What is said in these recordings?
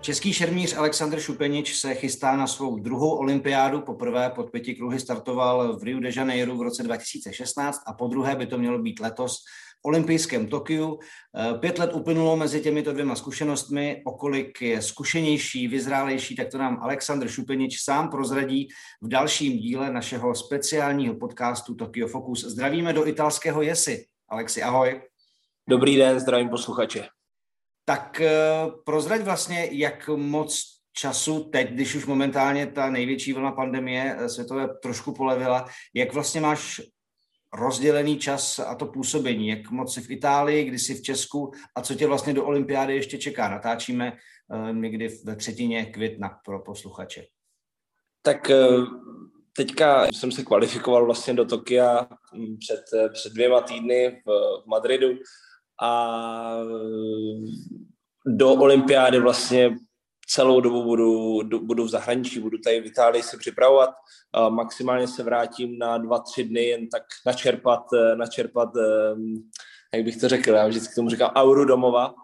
Český šermíř Alexander Šupenič se chystá na svou druhou olympiádu. Poprvé pod 5 kruhy startoval v Rio de Janeiro v roce 2016 a podruhé by to mělo být letos v olympijském Tokiu. 5 let uplynulo mezi těmito dvěma zkušenostmi. O kolik je zkušenější, vyzrálejší, tak to nám Alexander Šupenič sám prozradí v dalším díle našeho speciálního podcastu Tokyo Focus. Zdravíme do italského Jesy. Alexi, ahoj. Dobrý den, zdravím posluchače. Tak prozrať vlastně, jak moc času teď, když už momentálně ta největší vlna pandemie světové trošku polevila, jak vlastně máš rozdělený čas a to působení, jak moc jsi v Itálii, kdy jsi v Česku a co tě vlastně do olympiády ještě čeká. Natáčíme někdy ve 3. května pro posluchače. Tak teďka jsem se kvalifikoval vlastně do Tokia před 2 týdny v Madridu a do olympiády vlastně celou dobu budu v zahraničí, budu tady v Itálii se připravovat. Maximálně se vrátím na 2-3 dny jen tak načerpat, jak bych to řekl, já vždycky tomu říkám auru domova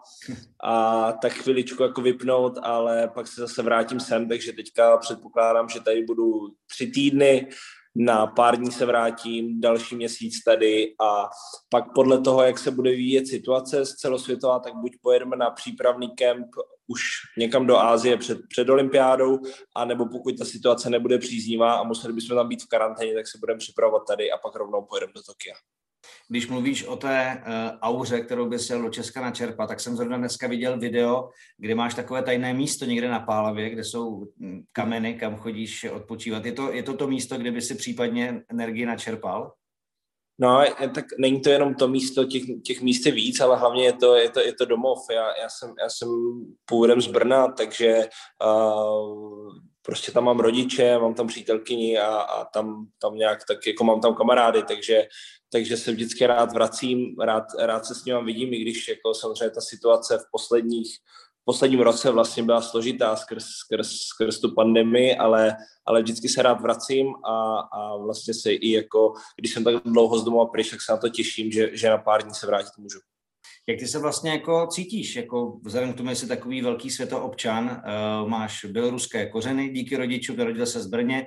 a tak chviličku jako vypnout, ale pak se zase vrátím sem, takže teďka předpokládám, že tady budu 3 týdny, na pár dní se vrátím, další měsíc tady a pak podle toho, jak se bude vyvíjet situace celosvětová, tak buď pojedeme na přípravný kemp už někam do Asie před olympiádou, anebo pokud ta situace nebude příznivá a museli bychom tam být v karanténě, tak se budeme připravovat tady a pak rovnou pojedeme do Tokia. Když mluvíš o té auře, kterou by se do Česka načerpat, tak jsem zrovna dneska viděl video, kde máš takové tajné místo někde na Pálavě, kde jsou kameny, kam chodíš odpočívat. Je to místo, kde by si případně energii načerpal? No, tak není to jenom to místo, těch míst je víc, ale hlavně je to domov. Já jsem původem z Brna, takže prostě tam mám rodiče, mám tam přítelkyni a tam nějak tak jako mám tam kamarády, takže se vždycky rád vracím, rád se s ním vidím, i když jako samozřejmě ta situace v posledním roce vlastně byla složitá skrz tu pandemii, ale vždycky se rád vracím a vlastně se i jako, když jsem tak dlouho z domova pryč, tak se na to těším, že na pár dní se vrátit můžu. Jak ty se vlastně jako cítíš, jako vzhledem k tomu, že jsi takový velký světoobčan, máš běloruské kořeny díky rodičům, narodil se v Brně,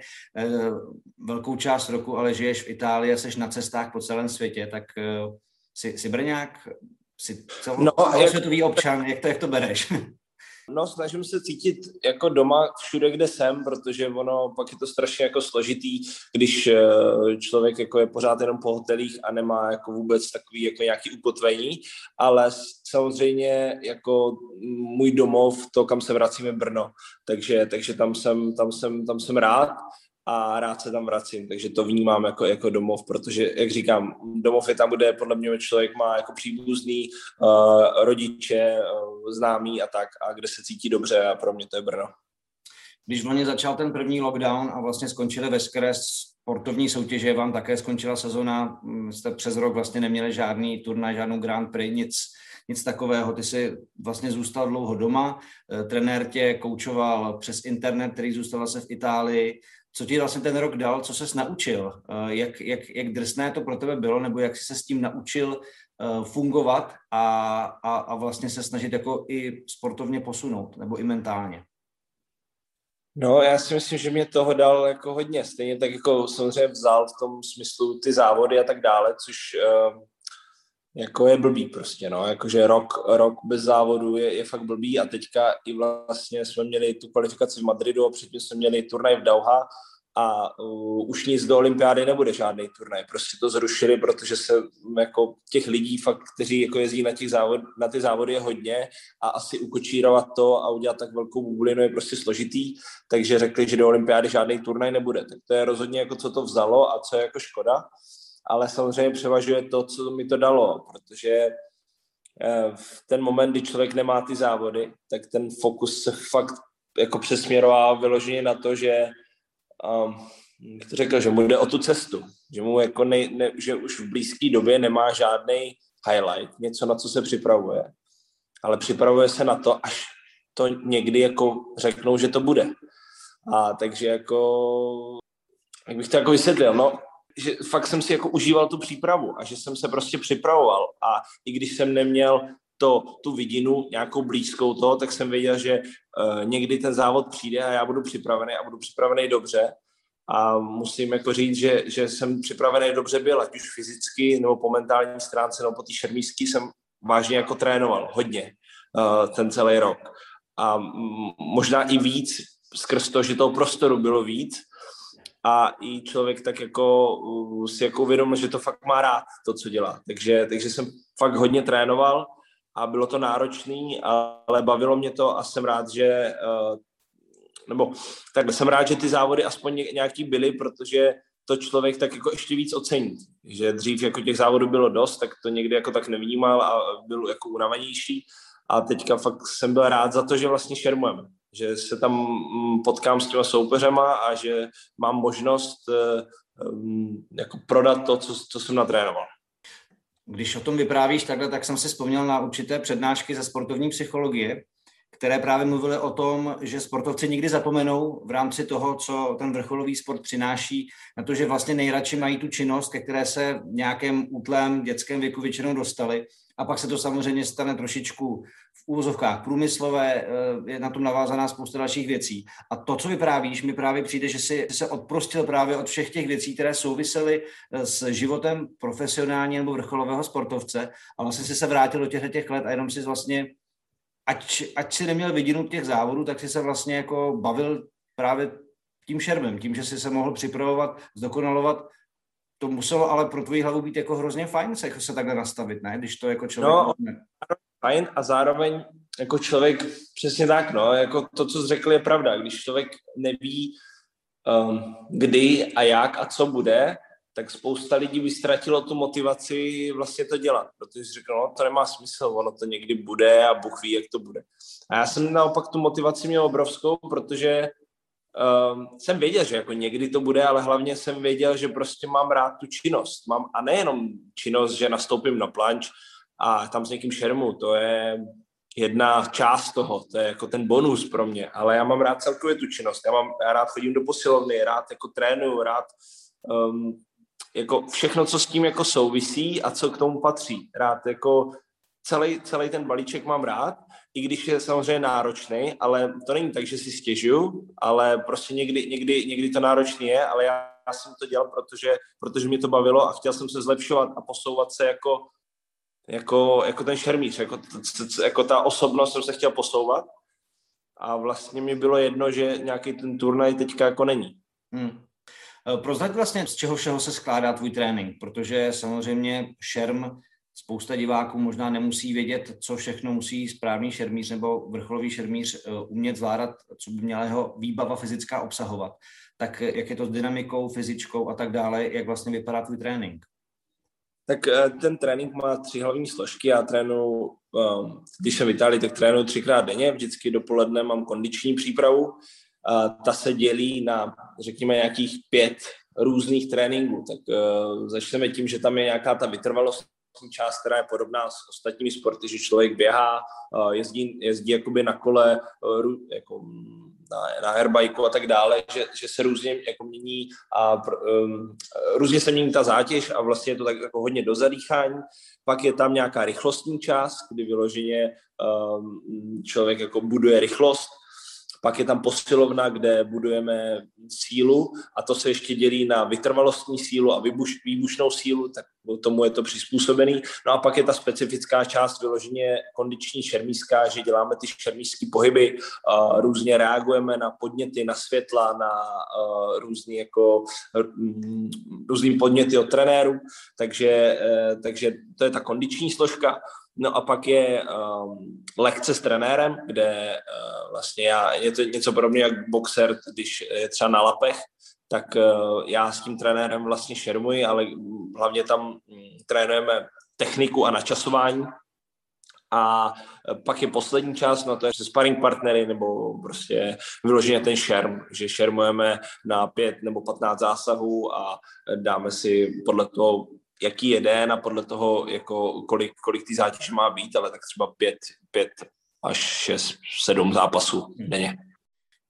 velkou část roku ale žiješ v Itálii a jsi na cestách po celém světě, tak jsi Brňák, jsi celosvětový občan, jak to bereš? No, snažím se cítit jako doma všude, kde jsem, protože ono pak je to strašně jako složitý, když člověk jako je pořád jenom po hotelích a nemá jako vůbec takový jako nějaký ukotvení, ale samozřejmě jako můj domov, to, kam se vracíme, Brno, takže tam jsem rád a rád se tam vracím, takže to vnímám jako domov, protože, jak říkám, domov je tam, kde podle mě člověk má jako příbuzný, rodiče, známý a tak, a kde se cítí dobře a pro mě to je Brno. Když vlastně začal ten první lockdown a vlastně skončily veškeré sportovní soutěže, vám také skončila sezona, jste přes rok vlastně neměli žádný turnaj, žádnou Grand Prix, nic takového. Ty jsi vlastně zůstal dlouho doma, trenér tě koučoval přes internet, který zůstal vlastně v Itálii. Co ti vlastně ten rok dal, co ses naučil? Jak drsné to pro tebe bylo, nebo jak jsi se s tím naučil fungovat a vlastně se snažit jako i sportovně posunout, nebo i mentálně? No, já si myslím, že mě toho dal jako hodně. Stejně tak jako samozřejmě vzal v tom smyslu ty závody a tak dále, což jako je blbý prostě, no. Jakože rok bez závodu je fakt blbý a teďka i vlastně jsme měli tu kvalifikaci v Madridu a předtím jsme měli turnaj v Dauha a už nic do olympiády nebude žádný turnaj. Prostě to zrušili, protože se jako těch lidí fakt, kteří jako jezdí na ty závody je hodně a asi ukočírovat to a udělat tak velkou bublinu je prostě složitý, takže řekli, že do olympiády žádný turnaj nebude. Tak to je rozhodně jako co to vzalo a co je jako škoda, ale samozřejmě převažuje to, co mi to dalo, protože v ten moment, kdy člověk nemá ty závody, tak ten fokus se fakt jako přesměrová vyloženě na to, že jak to řekl, že mu jde o tu cestu, že mu jako že už v blízké době nemá žádný highlight, něco, na co se připravuje, ale připravuje se na to, až to někdy jako řeknou, že to bude. A takže jako, jak bych to jako vysvětlil, no, že fakt jsem si jako užíval tu přípravu a že jsem se prostě připravoval a i když jsem neměl tu vidinu nějakou blízkou toho, tak jsem věděl, že někdy ten závod přijde a já budu připravený dobře. A musím jako říct, že jsem připravený dobře byl, ať už fyzicky, nebo po mentální stránce, nebo po té šermířský jsem vážně jako trénoval hodně ten celý rok. A možná i víc skrz to, že toho prostoru bylo víc a i člověk tak jako si jako uvědomil, že to fakt má rád, to, co dělá. Takže jsem fakt hodně trénoval a bylo to náročný, ale bavilo mě to a jsem rád, že jsem rád, že ty závody aspoň nějaký byly, protože to člověk tak jako ještě víc ocení. Že dřív jako těch závodů bylo dost, tak to někdy jako tak nevnímal a byl jako unavenější. A teďka fakt jsem byl rád za to, že vlastně šermujeme. Že se tam potkám s těma soupeřema a že mám možnost jako prodat to, co jsem natrénoval. Když o tom vyprávíš takhle, tak jsem si vzpomněl na určité přednášky ze sportovní psychologie, které právě mluvily o tom, že sportovci nikdy zapomenou v rámci toho, co ten vrcholový sport přináší, na to, že vlastně nejradši mají tu činnost, ke které se v nějakém útlém dětském věku většinou dostali. A pak se to samozřejmě stane trošičku v úvozovkách průmyslové, je na tom navázaná spousta dalších věcí. A to, co vyprávíš, mi právě přijde, že jsi se odprostil právě od všech těch věcí, které souvisely s životem profesionálního nebo vrcholového sportovce a vlastně si se vrátil do těch let a jenom si vlastně ať si neměl vidinu těch závodů, tak si se vlastně jako bavil právě tím šermem, tím, že si se mohl připravovat, zdokonalovat. To muselo ale pro tvoji hlavu být jako hrozně fajn se takhle nastavit, ne? Když to jako člověk... No, fajn a zároveň jako člověk, přesně tak, no, jako to, co jsi řekl, je pravda. Když člověk neví, kdy a jak a co bude, tak spousta lidí by ztratilo tu motivaci vlastně to dělat, protože si řekl, no to nemá smysl, ono to někdy bude a Bůh ví, jak to bude. A já jsem naopak tu motivaci měl obrovskou, protože jsem věděl, že jako někdy to bude, ale hlavně jsem věděl, že prostě mám rád tu činnost. A nejenom činnost, že nastoupím na planč a tam s někým šermu, to je jedna část toho, to je jako ten bonus pro mě, ale já mám rád celkově tu činnost, já rád chodím do posilovny, rád jako trénuju, rád jako všechno, co s tím jako souvisí a co k tomu patří. Rád jako celý ten balíček mám rád, i když je samozřejmě náročný, ale to není tak, že si stěžuju, ale prostě někdy to náročný je, ale já jsem to dělal, protože mě to bavilo a chtěl jsem se zlepšovat a posouvat se jako ten šermíř, jako ta osobnost jsem se chtěl posouvat a vlastně mi bylo jedno, že nějaký ten turnaj teďka jako není. Prozrať vlastně, z čeho všeho se skládá tvůj trénink, protože samozřejmě šerm, spousta diváků možná nemusí vědět, co všechno musí správný šermíř nebo vrcholový šermíř umět zvládat, co by měla jeho výbava fyzická obsahovat. Tak jak je to s dynamikou, fyzičkou a tak dále, jak vlastně vypadá tvůj trénink? Tak ten trénink má 3 hlavní složky. Já trénuji, když jsem v Itálii, tak trénuji 3krát denně, vždycky dopoledne mám kondiční přípravu. Ta se dělí na, řekněme, nějakých 5 různých tréninků. Tak začneme tím, že tam je nějaká ta vytrvalostní část, která je podobná s ostatními sporty, že člověk běhá, jezdí jakoby na kole, jako na airbikeu a tak dále, že se různě jako mění a různě se mění ta zátěž a vlastně je to tak jako hodně do zadýchání. Pak je tam nějaká rychlostní část, kdy vyloženě člověk jako buduje rychlost. Pak je tam posilovna, kde budujeme sílu a to se ještě dělí na vytrvalostní sílu a výbušnou sílu, tak tomu je to přizpůsobený. No a pak je ta specifická část vyloženě kondiční šermířská, že děláme ty šermířské pohyby, různě reagujeme na podněty, na světla, na různý podněty od trenérů, takže to je ta kondiční složka. No a pak je lekce s trenérem, kde vlastně je to něco podobného jak boxer, když je třeba na lapech, tak já s tím trenérem vlastně šermuji, ale hlavně tam trénujeme techniku a načasování. A pak je poslední část, no to je se sparring partnery nebo prostě vyloženě ten šerm, že šermujeme na 5 nebo 15 zásahů a dáme si podle toho, jaký je den a podle toho, jako kolik té zátěže má být, ale tak třeba 5 až 6, 7 zápasů denně.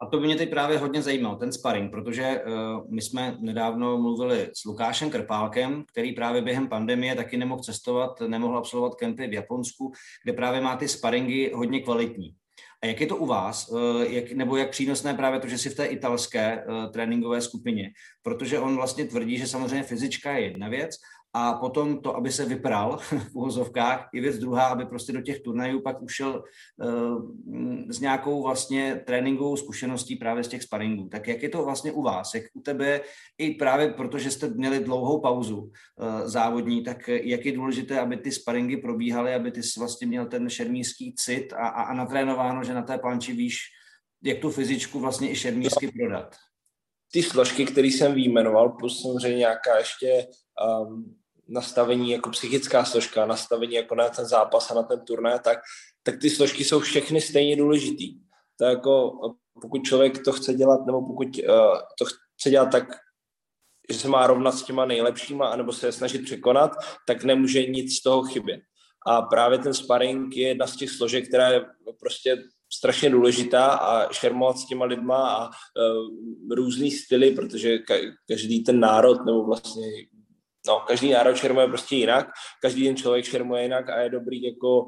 A to by mě teď právě hodně zajímalo, ten sparring, protože my jsme nedávno mluvili s Lukášem Krpálkem, který právě během pandemie taky nemohl cestovat, nemohl absolvovat kempy v Japonsku, kde právě má ty sparringy hodně kvalitní. A jak je to u vás, nebo jak přínosné právě to, že jsi v té italské tréninkové skupině, protože on vlastně tvrdí, že samozřejmě fyzička je jedna věc, a potom to, aby se vypral v uvozovkách, je věc druhá, aby prostě do těch turnajů pak ušel s nějakou vlastně tréninkovou zkušeností právě z těch sparingů. Tak jak je to vlastně u vás? Jak u tebe, i právě protože jste měli dlouhou pauzu závodní, tak jak je důležité, aby ty sparingy probíhaly, aby ty vlastně měl ten šermířský cit a natrénováno, že na té planči víš, jak tu fyzičku vlastně i šermířsky prodat? Ty složky, které jsem vyjmenoval, plus samozřejmě nějaká ještě nastavení jako psychická složka, nastavení jako na ten zápas a na ten turnaj, tak ty složky jsou všechny stejně důležitý. Tak jako pokud člověk to chce dělat, nebo pokud to chce dělat tak, že se má rovnat s těma nejlepšíma, anebo se je snažit překonat, tak nemůže nic z toho chybět. A právě ten sparring je jedna z těch složek, která je prostě strašně důležitá, a šermovat s těma lidma a různý styly, protože každý ten národ, nebo vlastně každý národ šermuje prostě jinak, každý ten člověk šermuje jinak a je dobrý jako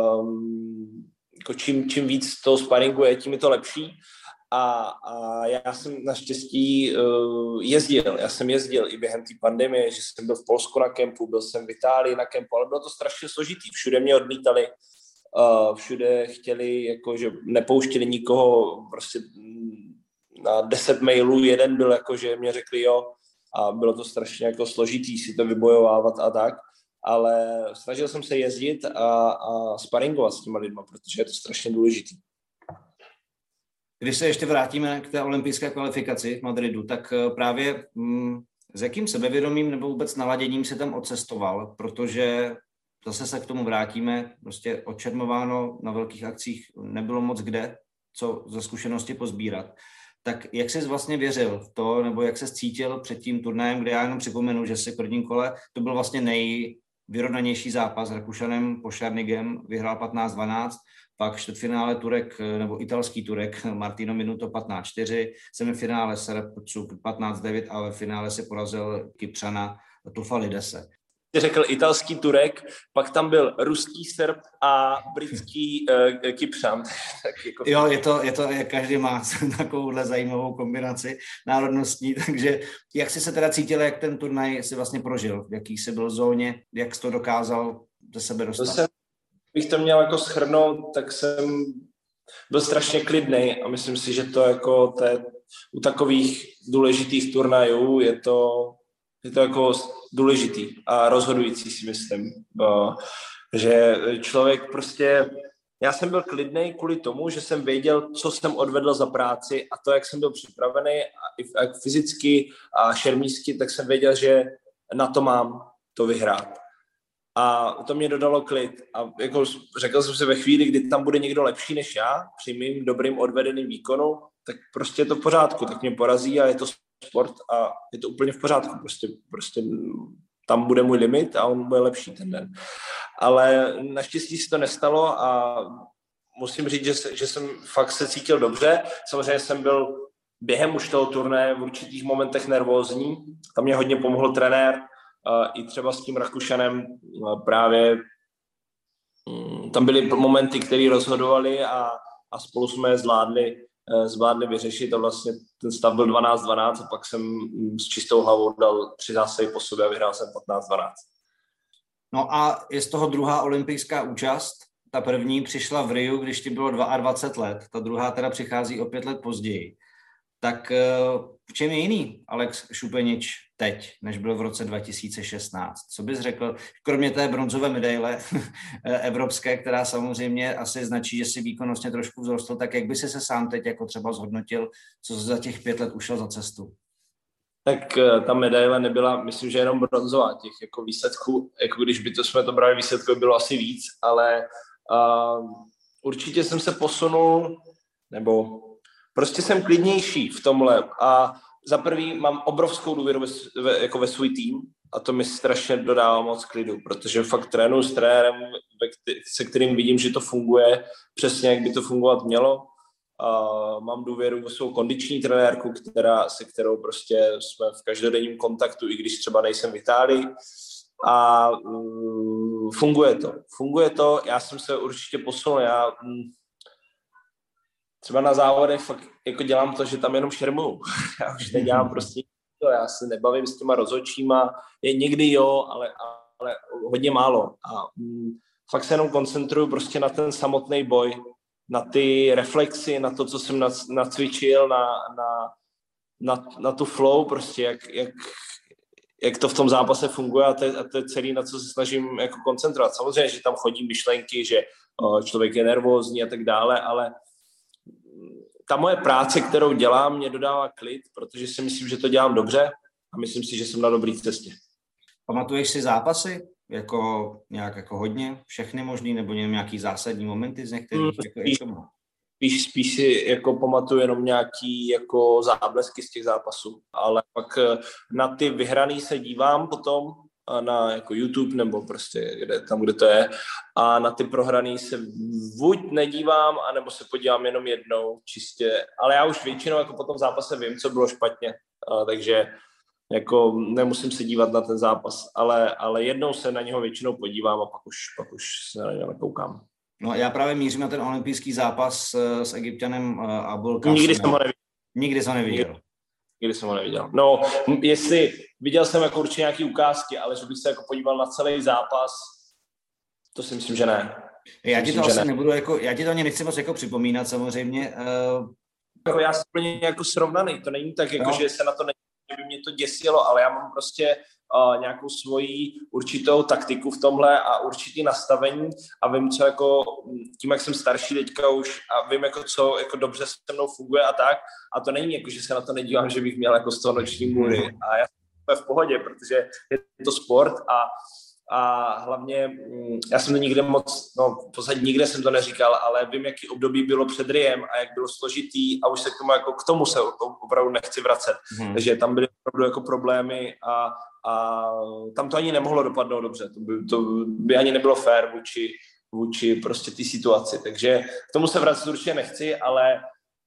čím víc toho sparingu je, tím je to lepší. A já jsem naštěstí jezdil. Já jsem jezdil i během té pandemie, že jsem byl v Polsku na kempu, byl jsem v Itálii na kempu, ale bylo to strašně složitý. Všude mě odmítali, všude chtěli, jako, že nepouštěli nikoho, prostě na 10 mailů jeden byl, jako, že mě řekli jo, a bylo to strašně jako složitý si to vybojovávat a tak, ale snažil jsem se jezdit a sparingovat s těma lidma, protože je to strašně důležitý. Když se ještě vrátíme k té olympijské kvalifikaci v Madridu, tak právě s jakým sebevědomím nebo vůbec naladěním si tam odcestoval, protože zase se k tomu vrátíme, prostě odšermováno na velkých akcích nebylo moc kde, co ze zkušenosti pozbírat. Tak jak jsi vlastně věřil v to, nebo jak se cítil před tím turnajem, kde já jenom připomenu, že si v prvním kole, to byl vlastně nejvyrovnanější zápas s Rakušanem Pošarnigem, vyhrál 15-12, pak čtvrtfinále Turek, nebo italský Turek, Martino Minuto 15-4, semifinále Serb 15-9, ale v finále si porazil Kypřana Tufalidese. Ty řekl italský Turek, pak tam byl ruský Serb a britský Kypřan. Jo, je to, každý má takovouhle zajímavou kombinaci národnostní, takže jak jsi se teda cítil, jak ten turnaj si vlastně prožil, v jaký jsi byl v zóně, jak jsi to dokázal ze sebe dostat? Bych to měl jako shrnout, tak jsem byl strašně klidnej a myslím si, že to jako u takových důležitých turnajů je to jako důležitý a rozhodující, si myslím, že člověk prostě, já jsem byl klidnej kvůli tomu, že jsem věděl, co jsem odvedl za práci a to, jak jsem byl připravený a jak fyzicky a šermířsky, tak jsem věděl, že na to mám to vyhrát. A to mě dodalo klid. A jako řekl jsem si ve chvíli, kdy tam bude někdo lepší než já, při mým dobrým odvedeným výkonu, tak prostě je to v pořádku, tak mě porazí a je to sport a je to úplně v pořádku. Prostě tam bude můj limit a on bude lepší ten den. Ale naštěstí se to nestalo a musím říct, že jsem fakt se cítil dobře. Samozřejmě jsem byl během už toho turnaje v určitých momentech nervózní. Tam mě hodně pomohl trenér, i třeba s tím Rakušanem právě tam byly momenty, které rozhodovaly a spolu jsme je zvládli vyřešit a vlastně ten stav byl 12-12 a pak jsem s čistou hlavou dal 3 zásahy po sobě a vyhrál jsem 15-12. No a je z toho druhá olympijská účast. Ta první přišla v Riu, když ti bylo 22 let, ta druhá teda přichází o 5 let později. Tak v čem je jiný Alex Šupenič teď, než byl v roce 2016? Co bys řekl, kromě té bronzové medaile evropské, která samozřejmě asi značí, že si výkonnostně trošku vzrostl, tak jak by si se sám teď jako třeba zhodnotil, co za těch 5 let ušel za cestu? Tak ta medaile nebyla, myslím, že jenom bronzová, těch jako výsledků, jako když by jsme to brali výsledků, bylo asi víc, ale určitě jsem se posunul, nebo prostě jsem klidnější v tomhle a za prvý mám obrovskou důvěru ve svůj tým a to mi strašně dodává moc klidu, protože fakt trénuji s trenérem, se kterým vidím, že to funguje přesně, jak by to fungovat mělo mám důvěru v svou kondiční trenérku, se kterou prostě jsme v každodenním kontaktu, i když třeba nejsem v Itálii. A funguje to. Já jsem se určitě posunul. Já třeba na závodech fakt jako dělám to, že tam jenom šermuju. Já už nedělám prostě to, já se nebavím s těma rozhodčíma. Je někdy jo, ale hodně málo. A fakt se jenom koncentruju prostě na ten samotný boj, na ty reflexy, na to, co jsem nacvičil, na tu flow, prostě jak to v tom zápase funguje a to je celý, na co se snažím jako koncentrovat. Samozřejmě, že tam chodí myšlenky, že člověk je nervózní a tak dále, ale ta moje práce, kterou dělám, mě dodává klid, protože si myslím, že to dělám dobře a myslím si, že jsem na dobré cestě. Pamatuješ si zápasy? Nějak jako hodně? Všechny možný? Nebo nějaký zásadní momenty z některých? Spíš si jako pamatuju jenom nějaký jako záblesky z těch zápasů, ale pak na ty vyhraný se dívám potom na jako YouTube nebo prostě kde to je a na ty prohraný se buď nedívám, anebo se podívám jenom jednou čistě, ale já už většinou jako po tom zápase vím, co bylo špatně, takže jako nemusím se dívat na ten zápas, ale jednou se na něho většinou podívám a pak už se na něho nekoukám. No já právě mířím na ten olympijský zápas s Egypťanem Abul Qasim. Nikdy jsem ho neviděl. Nikdy jsem ho neviděl. No, jestli viděl jsem jako určitě nějaký ukázky, ale že bych se jako podíval na celý zápas, to si myslím, že ne. Já ti to asi nebudu já ti to ani nechci moc jako připomínat samozřejmě. Já jsem úplně jako srovnaný, to není tak, jako, že se na to že by mě to děsilo, ale já mám prostě nějakou svoji určitou taktiku v tomhle a určitý nastavení a vím, co jako tím, jak jsem starší teďka už a vím, jako co jako dobře se mnou funguje a tak. A to není jako, že se na to nedívám, že bych měl jako z toho noční můry. A já jsem v pohodě, protože je to sport a hlavně já jsem to nikde moc, v podstatě nikde jsem to neříkal, ale vím, jaký období bylo před Riem a jak bylo složitý a už se k tomu se opravdu nechci vracet. Takže tam byly opravdu jako problémy a tam to ani nemohlo dopadnout dobře. To by ani nebylo fér vůči prostě té situaci. Takže k tomu se vracet určitě nechci, ale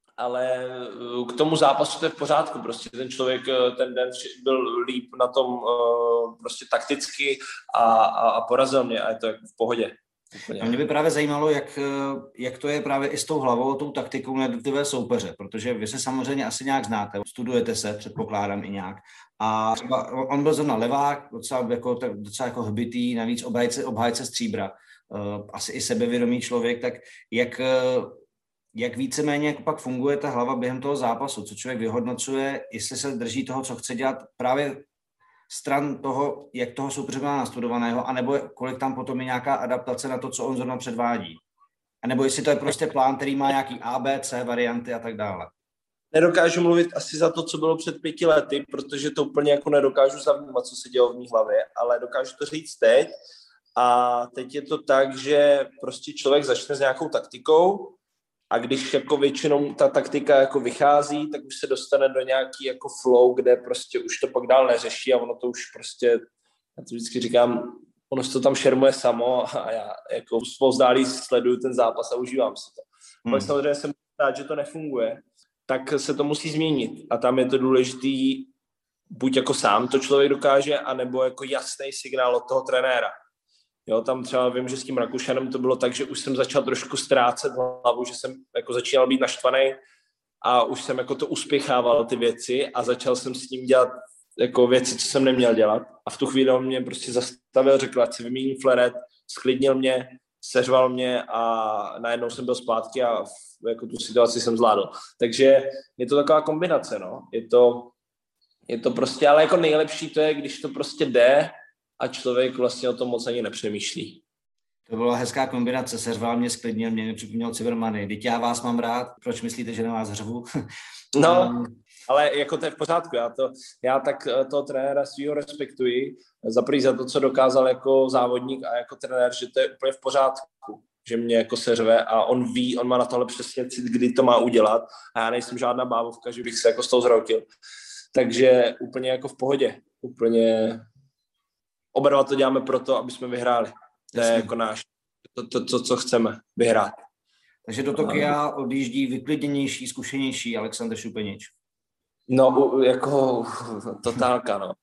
k tomu zápasu to je v pořádku. Prostě ten člověk ten den byl líp na tom prostě takticky a porazil mě a je to jako v pohodě. A mě by právě zajímalo, jak to je právě i s tou hlavou, tou taktikou na jednotlivé soupeře, protože vy se samozřejmě asi nějak znáte, studujete se, předpokládám i nějak. A třeba on byl zrovna levák, docela jako hbitý, navíc obhájce stříbra, asi i sebevědomý člověk, tak jak víceméně jako pak funguje ta hlava během toho zápasu, co člověk vyhodnocuje, jestli se drží toho, co chce dělat právě stran toho, jak toho soupeře má nastudovaného, anebo kolik tam potom je nějaká adaptace na to, co on zrovna předvádí. A nebo jestli to je prostě plán, který má nějaký A, B, C varianty a tak dále. Nedokážu mluvit asi za to, co bylo před 5 lety, protože to úplně jako nedokážu zavnímat, co se dělo v mý hlavě, ale dokážu to říct teď. A teď je to tak, že prostě člověk začne s nějakou taktikou a když jako většinou ta taktika jako vychází, tak už se dostane do nějaký jako flow, kde prostě už to pak dál neřeší a ono to už prostě, já to vždycky říkám, ono se to tam šermuje samo a já jako zpozdálí sleduju ten zápas a užívám si to. Pak samozřejmě jsem rád, že to nefunguje, tak se to musí změnit a tam je to důležitý, buď jako sám to člověk dokáže, anebo jako jasný signál od toho trenéra. Jo, tam třeba vím, že s tím Rakušanem to bylo tak, že už jsem začal trošku ztrácet hlavu, že jsem jako začínal být naštvaný a už jsem jako to uspěchával ty věci a začal jsem s ním dělat jako věci, co jsem neměl dělat. A v tu chvíli on mě prostě zastavil, řekl, ať si vymění fleret, sklidnil mě, seřval mě a najednou jsem byl zpátky a jako tu situaci jsem zvládl. Takže je to taková kombinace, no. Je to prostě, ale jako nejlepší to je, když to prostě jde a člověk vlastně o tom moc ani nepřemýšlí. To byla hezká kombinace, seřval mě, sklidnil mě, nepřipomněl Cibermany. Vždyť já vás mám rád, proč myslíte, že na vás řvu? No, ale jako to je v pořádku, já tak toho trenéra svýho respektuji, za to, co dokázal jako závodník a jako trenér, že to je úplně v pořádku, že mě jako seřve a on ví, on má na tohle přesně cit, kdy to má udělat a já nejsem žádná bávovka, že bych se jako z toho zhroutil. Takže úplně jako v pohodě, úplně oba dva to děláme proto, aby jsme vyhráli. To je jako náš, to, co chceme, vyhrát. Takže do Tokia odjíždí vyklidněnější, zkušenější Alexander Šupenič. No, jako totálka, no.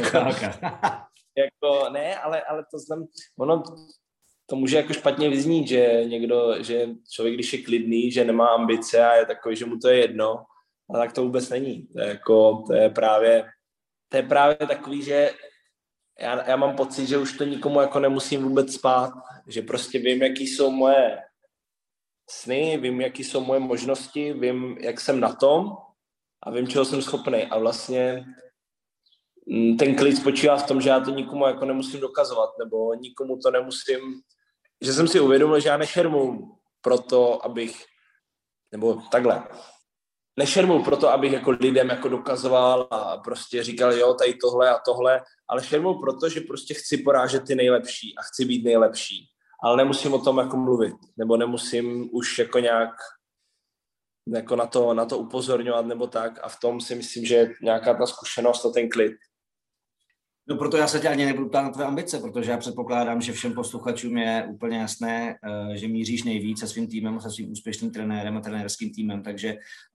Jako, ne, ale to znám, ono to může jako špatně vyznít, že člověk, když je klidný, že nemá ambice a je takový, že mu to je jedno, ale tak to vůbec není. To je právě takový, že já mám pocit, že už to nikomu jako nemusím vůbec spát, že prostě vím, jaký jsou moje sny, vím, jaký jsou moje možnosti, vím, jak jsem na tom a vím, čeho jsem schopný. A vlastně ten klid spočívá v tom, že já to nikomu jako nemusím dokazovat, nebo nikomu to nemusím, že jsem si uvědomil, že já nešermu proto, abych, nebo takhle, nešermu proto, abych jako lidem jako dokazoval a prostě říkal, jo, tady tohle a tohle, ale šermu proto, že prostě chci porážet ty nejlepší a chci být nejlepší. Ale nemusím o tom jako mluvit, nebo nemusím už jako nějak jako na to upozorňovat nebo tak a v tom si myslím, že nějaká ta zkušenost a ten klid. No proto já se tě ani nebudu ptát na tvé ambice, protože já předpokládám, že všem posluchačům je úplně jasné, že míříš nejvíc se svým týmem, se svým úspěšným trenérem a trenérským týmem, takže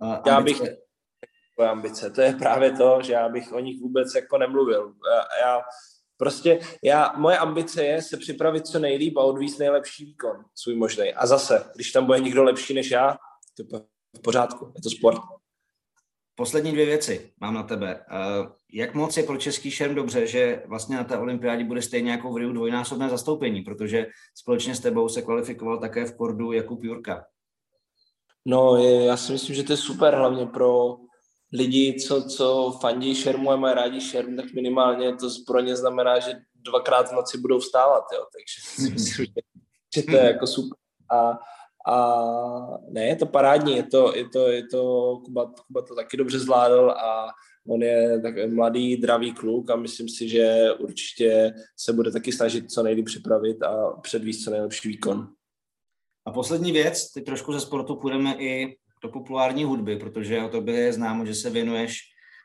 ambice, to je právě to, že já bych o nich vůbec jako nemluvil. Moje ambice je se připravit co nejlíp a odvíct nejlepší výkon svůj možnej. A zase, když tam bude někdo lepší než já, to je v pořádku, je to sport. Poslední 2 věci mám na tebe. Jak moc je pro český šerm dobře, že vlastně na té olympiádě bude stejně jako v Riu dvojnásobné zastoupení, protože společně s tebou se kvalifikoval také v kordu Jakub Jurka. No, já si myslím, že to je super, hlavně pro lidi, co fandí šermu a mají rádi šerm, tak minimálně to pro ně znamená, že 2krát v noci budou vstávat, jo. Takže si myslím, že to je jako super. A ne, je to parádní, je to Kuba to taky dobře zvládl a on je tak mladý, dravý kluk a myslím si, že určitě se bude taky snažit co nejlíp připravit a předvést co nejlepší výkon. A poslední věc, teď trošku ze sportu půjdeme i do populární hudby, protože o tobě je známo, že se věnuješ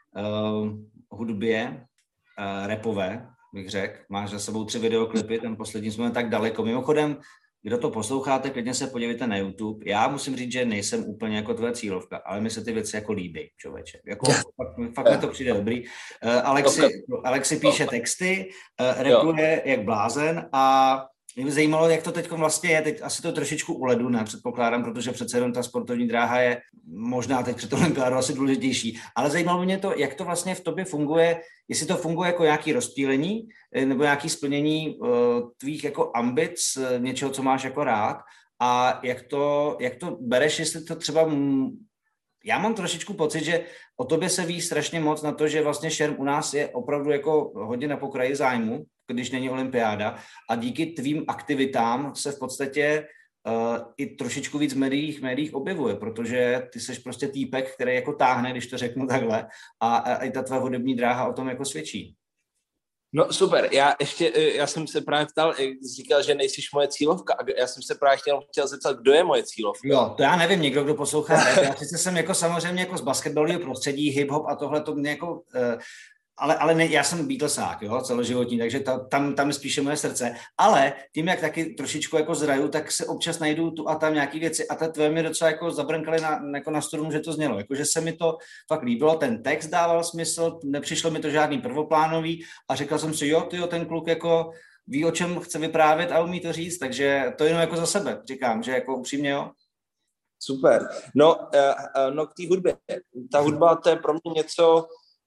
hudbě rapové, bych řekl. Máš za sebou 3 videoklipy, ten poslední jsme tak daleko. Mimochodem, kdo to posloucháte, klidně se podívejte na YouTube. Já musím říct, že nejsem úplně jako tvoje cílovka, ale mi se ty věci jako líbí, člověče. Jako, fakt mi to přijde dobrý. Alexi píše texty, rapuje jak blázen a mě by zajímalo, jak to teď vlastně je. Teď asi to trošičku u ledu, ne, předpokládám, protože přece jenom ta sportovní dráha je možná teď před olympiádou asi důležitější. Ale zajímalo mě to, jak to vlastně v tobě funguje, jestli to funguje jako nějaké rozptýlení nebo nějaké splnění tvých jako ambic, něčeho, co máš jako rád a jak to bereš, jestli to třeba... Já mám trošičku pocit, že o tobě se ví strašně moc na to, že vlastně šerm u nás je opravdu jako hodně na pokraji zájmu, když není olympiáda a díky tvým aktivitám se v podstatě i trošičku víc v médiích objevuje, protože ty seš prostě týpek, který jako táhne, když to řeknu takhle a i ta tvá hudební dráha o tom jako svědčí. No super, já jsem se právě ptal, říkal, že nejsiš moje cílovka a já jsem se právě chtěl zeptat, kdo je moje cílovka. Jo, to já nevím, někdo, kdo poslouchá. Já sice jsem jako samozřejmě jako z basketbalového prostředí, hip-hop a tohle to mě jako... Ale ne, já jsem Beatlesák, jo, celoživotní, takže tam je spíše moje srdce. Ale tím, jak taky trošičku jako zraju, tak se občas najdu tu a tam nějaký věci a ta tvoje mi docela jako zabrnkaly na strunu, že to znělo. Jakože se mi to fakt líbilo, ten text dával smysl, nepřišlo mi to žádný prvoplánový a řekl jsem si, jo, ten kluk jako ví, o čem chce vyprávět a umí to říct, takže to jenom jako za sebe říkám, že jako upřímně, jo. Super. No k té hudbě. Ta hudba, to je pro mě něco...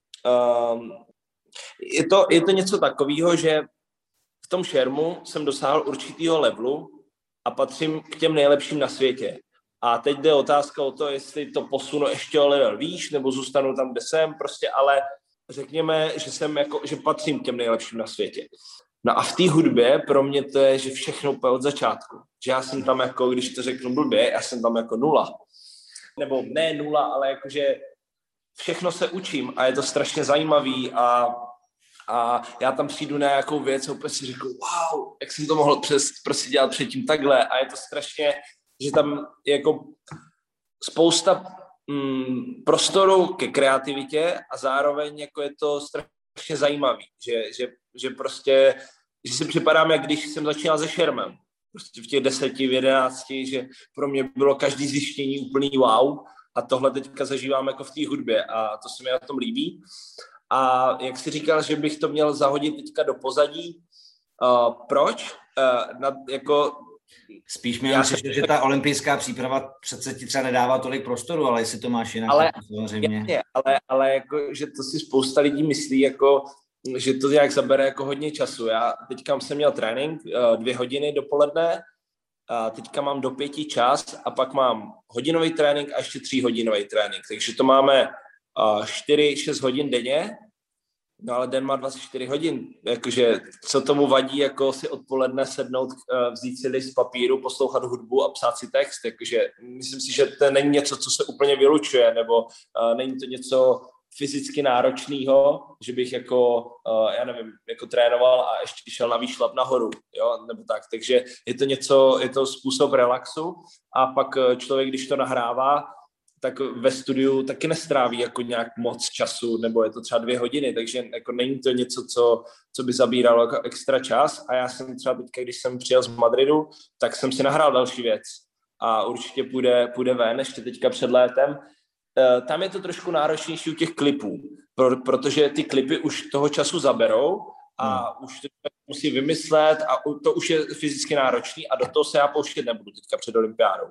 Je to něco takového, že v tom šermu jsem dosáhl určitýho levelu a patřím k těm nejlepším na světě. A teď jde otázka o to, jestli to posunu ještě o level výš, nebo zůstanu tam, kde jsem, prostě, ale řekněme, že patřím k těm nejlepším na světě. No a v té hudbě pro mě to je, že všechno úplně od začátku. Že já jsem tam jako, když to řeknu blbě, já jsem tam jako 0. Nebo ne 0, ale jakože všechno se učím a je to strašně zajímavý a já tam přijdu na nějakou věc a úplně si řeknu, wow, jak jsem to mohl prostě dělat předtím takhle a je to strašně, že tam je jako spousta prostoru ke kreativitě a zároveň jako je to strašně zajímavý, že prostě, že si připadám, jak když jsem začínal se šermem. prostě v těch 10, v 11, že pro mě bylo každý zjištění úplný wow a tohle teďka zažívám jako v té hudbě a to se mi na tom líbí. A jak jsi říkal, že bych to měl zahodit teďka do pozadí, proč? Spíš mi přišlo, že ta olympijská příprava přece ti třeba nedává tolik prostoru, ale jestli to máš jinak, samozřejmě. Ale jako, že to si spousta lidí myslí, jako, že to nějak zabere jako hodně času. Já teďka jsem měl trénink 2 hodiny dopoledne, teďka mám do 5 čas a pak mám hodinový trénink a ještě 3hodinový trénink. Takže to máme 4-6 hodin denně, no ale den má 24 hodin. Jakože co tomu vadí, jako si odpoledne sednout, vzít si list papíru, poslouchat hudbu a psát si text. Jakože myslím si, že to není něco, co se úplně vylučuje, nebo není to něco fyzicky náročného, že bych jako, já nevím, jako trénoval a ještě šel na výšlap nahoru, jo, nebo tak. Takže je to způsob relaxu a pak člověk, když to nahrává, tak ve studiu taky nestráví jako nějak moc času, nebo je to třeba 2 hodiny, takže jako není to něco, co by zabíralo jako extra čas. A já jsem třeba teďka, když jsem přijel z Madridu, tak jsem si nahrál další věc a určitě půjde ven ještě teďka před létem. Tam je to trošku náročnější u těch klipů, protože ty klipy už toho času zaberou a už to musí vymyslet a to už je fyzicky náročný a do toho se já pouštět nebudu teďka před olympiádou.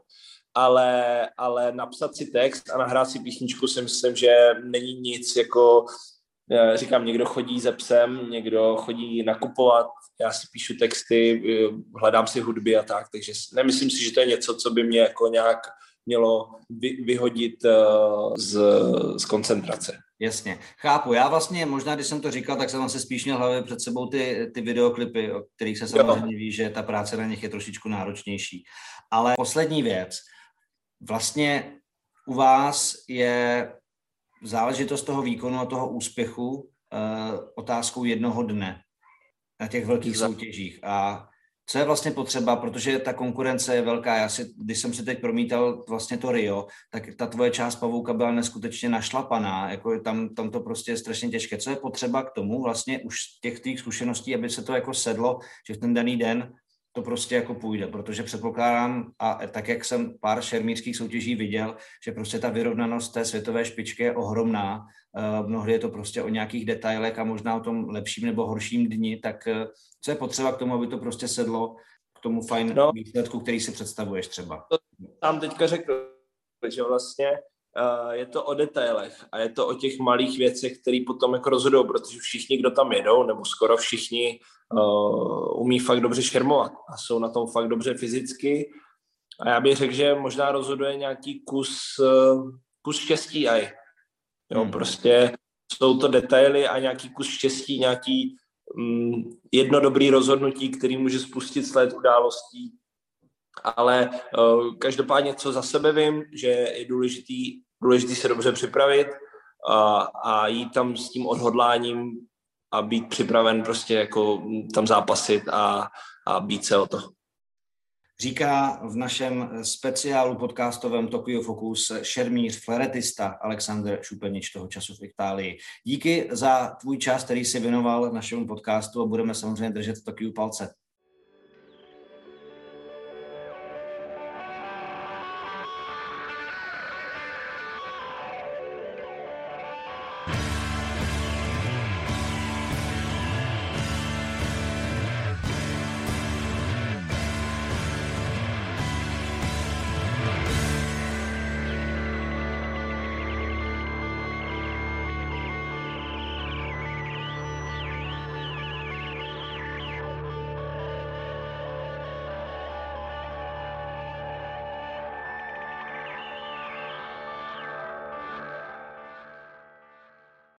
Ale napsat si text a nahrát si písničku si myslím, že není nic jako, říkám, někdo chodí ze psem, někdo chodí nakupovat, já si píšu texty, hledám si hudby a tak, takže nemyslím si, že to je něco, co by mě jako nějak mělo vyhodit z koncentrace. Jasně, chápu. Já vlastně, možná když jsem to říkal, tak jsem asi spíš měl hlavě před sebou ty videoklipy, o kterých se samozřejmě ví, že ta práce na nich je trošičku náročnější. Ale poslední věc. Vlastně u vás je záležitost toho výkonu a toho úspěchu otázkou jednoho dne na těch velkých soutěžích. A co je vlastně potřeba, protože ta konkurence je velká. Když jsem si teď promítal vlastně to Rio, tak ta tvoje část pavouka byla neskutečně našlapaná. Jako tam to prostě je strašně těžké. Co je potřeba k tomu vlastně už těch zkušeností, aby se to jako sedlo, že v ten daný den to prostě jako půjde, protože předpokládám, a tak jak jsem pár šermířských soutěží viděl, že prostě ta vyrovnanost té světové špičky je ohromná. Mnohdy je to prostě o nějakých detailech a možná o tom lepším nebo horším dni, tak co je potřeba k tomu, aby to prostě sedlo k tomu fajn výsledku, který si představuješ třeba? To tam teďka řekl, že vlastně je to o detailech a je to o těch malých věcech, které potom jako rozhodují, protože všichni, kdo tam jedou, nebo skoro všichni umí fakt dobře šermovat a jsou na tom fakt dobře fyzicky. A já bych řekl, že možná rozhoduje nějaký kus štěstí aj. Jo, prostě jsou to detaily a nějaký kus štěstí, nějaký jedno dobrý rozhodnutí, který může spustit sled událostí. Ale každopádně, co za sebe vím, že je důležitý se dobře připravit a jít tam s tím odhodláním a být připraven prostě jako tam zápasit a být se o to. Říká v našem speciálu podcastovém Tokyo Focus šermíř, fleretista Alexander Šupenič, toho času v Itálii. Díky za tvůj čas, který jsi věnoval našemu podcastu a budeme samozřejmě držet v Tokiu palce.